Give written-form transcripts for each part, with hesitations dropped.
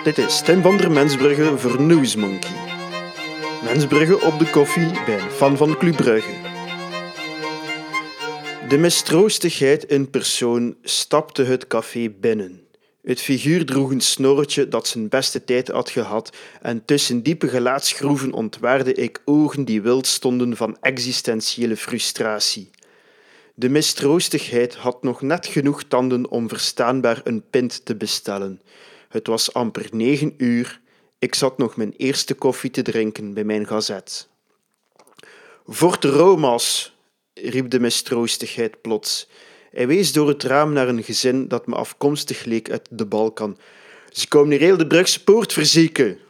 Dit is Tim van der Mensbrugge voor Newsmonkey. Mensbrugge op de koffie bij een fan van Club Brugge. De mistroostigheid in persoon stapte het café binnen. Het figuur droeg een snorretje dat zijn beste tijd had gehad en tussen diepe gelaatsgroeven ontwaarde ik ogen die wild stonden van existentiële frustratie. De mistroostigheid had nog net genoeg tanden om verstaanbaar een pint te bestellen. Het was amper 9 uur. Ik zat nog mijn eerste koffie te drinken bij mijn gazet. Forte Romas, riep de mistroostigheid plots. Hij wees door het raam naar een gezin dat me afkomstig leek uit de Balkan. Ze komen hier heel de Brugse poort verzieken.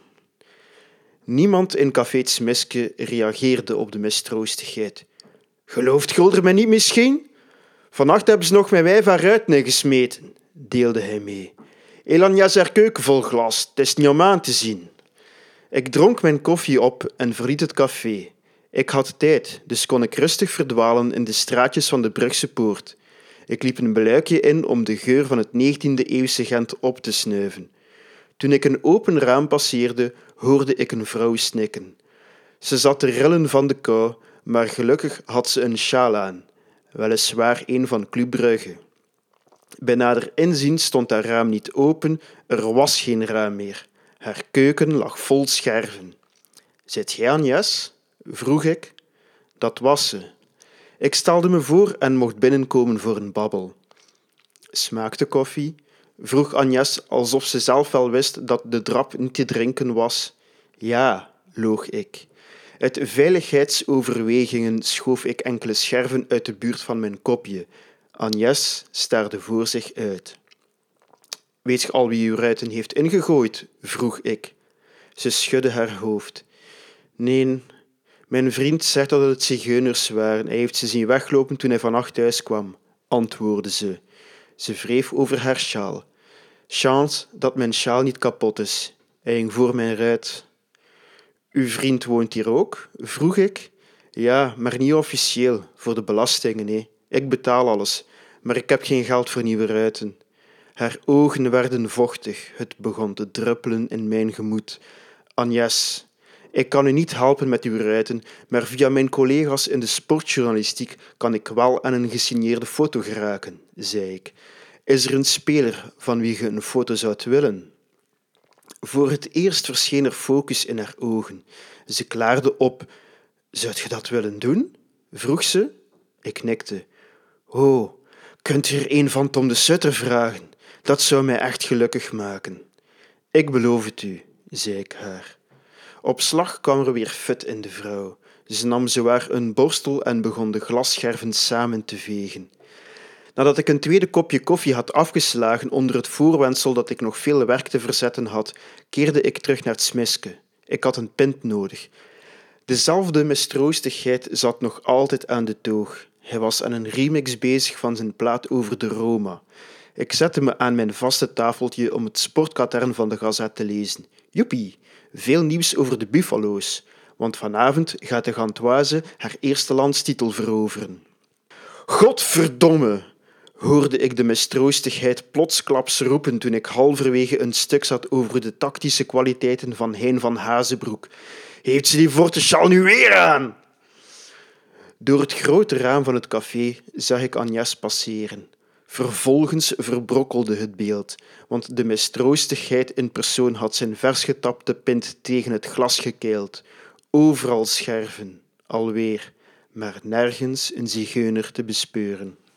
Niemand in café 's Miske reageerde op de mistroostigheid. Gelooft Gulder mij niet misschien? Vannacht hebben ze nog mijn wijf haar ruiten gesmeten, deelde hij mee. Elanja's haar keuken vol glas, het is niet om aan te zien. Ik dronk mijn koffie op en verliet het café. Ik had tijd, dus kon ik rustig verdwalen in de straatjes van de Brugse poort. Ik liep een beluikje in om de geur van het 19e-eeuwse Gent op te snuiven. Toen ik een open raam passeerde, hoorde ik een vrouw snikken. Ze zat te rillen van de kou, maar gelukkig had ze een sjaal aan. Weliswaar een van Club Brugge. Bij nader inzien stond haar raam niet open, er was geen raam meer. Haar keuken lag vol scherven. Zit jij Agnes? Vroeg ik. Dat was ze. Ik stelde me voor en mocht binnenkomen voor een babbel. Smaakte koffie? Vroeg Agnes alsof ze zelf wel wist dat de drap niet te drinken was. Ja, loog ik. Uit veiligheidsoverwegingen schoof ik enkele scherven uit de buurt van mijn kopje. Agnes staarde voor zich uit. Weet je al wie uw ruiten heeft ingegooid? Vroeg ik. Ze schudde haar hoofd. Nee, mijn vriend zegt dat het zigeuners waren. Hij heeft ze zien weglopen toen hij vannacht thuis kwam, antwoordde ze. Ze wreef over haar sjaal. Chance dat mijn sjaal niet kapot is. Hij hing voor mijn ruit. Uw vriend woont hier ook? Vroeg ik. Ja, maar niet officieel, voor de belastingen, nee. Ik betaal alles, maar ik heb geen geld voor nieuwe ruiten. Haar ogen werden vochtig, het begon te druppelen in mijn gemoed. Agnes, ik kan u niet helpen met uw ruiten, maar via mijn collega's in de sportjournalistiek kan ik wel aan een gesigneerde foto geraken, zei ik. Is er een speler van wie je een foto zoudt willen? Voor het eerst verscheen er focus in haar ogen. Ze klaarde op. Zou je dat willen doen? Vroeg ze. Ik knikte. Oh, kunt u er een van Tom de Sutter vragen? Dat zou mij echt gelukkig maken. Ik beloof het u, zei ik haar. Op slag kwam er weer fut in de vrouw. Ze nam zowaar een borstel en begon de glasscherven samen te vegen. Nadat ik een tweede kopje koffie had afgeslagen onder het voorwendsel dat ik nog veel werk te verzetten had, keerde ik terug naar 's Miske. Ik had een pint nodig. Dezelfde mistroostigheid zat nog altijd aan de toog. Hij was aan een remix bezig van zijn plaat over de Roma. Ik zette me aan mijn vaste tafeltje om het sportkatern van de Gazette te lezen. Joepie, veel nieuws over de Buffalo's, want vanavond gaat de Gantoise haar eerste landstitel veroveren. Godverdomme, hoorde ik de mistroostigheid plotsklaps roepen toen ik halverwege een stuk zat over de tactische kwaliteiten van Hein van Hazebroek. Heeft ze die Forte sjaal nu weer aan? Door het grote raam van het café zag ik Agnes passeren. Vervolgens verbrokkelde het beeld, want de mistroostigheid in persoon had zijn vers getapte pint tegen het glas gekeild. Overal scherven, alweer, maar nergens een zigeuner te bespeuren.